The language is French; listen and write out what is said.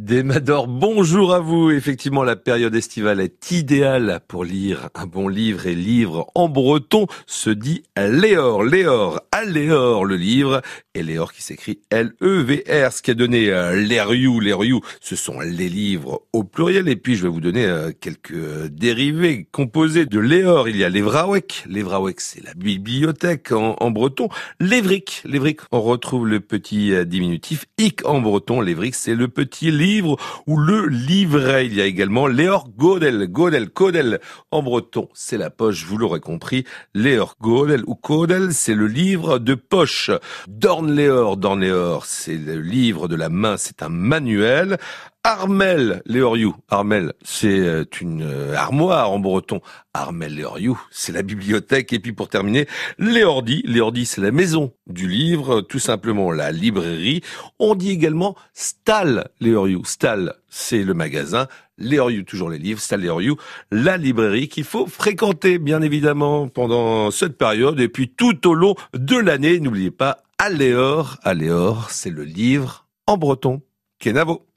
Des Mador, bonjour à vous. Effectivement, la période estivale est idéale pour lire un bon livre et livre en breton se dit Léor. Léor, Aléor le livre et Léor qui s'écrit L-E-V-R, ce qui a donné Lériou. Lériou, ce sont les livres au pluriel et puis je vais vous donner quelques dérivés composés de Léor. Il y a l'Evrawek. L'Evrawek, c'est la bibliothèque en breton. Lévric. Lévric, on retrouve le petit diminutif ic en breton. Lévric, c'est le petit livre ou le livret. Il y a également Léor Godel. Godel, Codel en breton, c'est la poche, vous l'aurez compris. Léor Godel ou Codel, c'est le livre de poche. Dornléor, Dornléor, c'est le livre de la main, c'est un manuel. Armel Léoriou, Armel, c'est une armoire en breton. Armel Léoriou, c'est la bibliothèque. Et puis pour terminer, Léordi. Léordi, c'est la maison du livre, tout simplement la librairie. On dit également Stal Léoriou. Stal, c'est le magasin. Léoriou, toujours les livres. Stal Léoriou, la librairie qu'il faut fréquenter, bien évidemment, pendant cette période. Et puis tout au long de l'année, n'oubliez pas, Aléor. Aléor, c'est le livre en breton. Kenavo.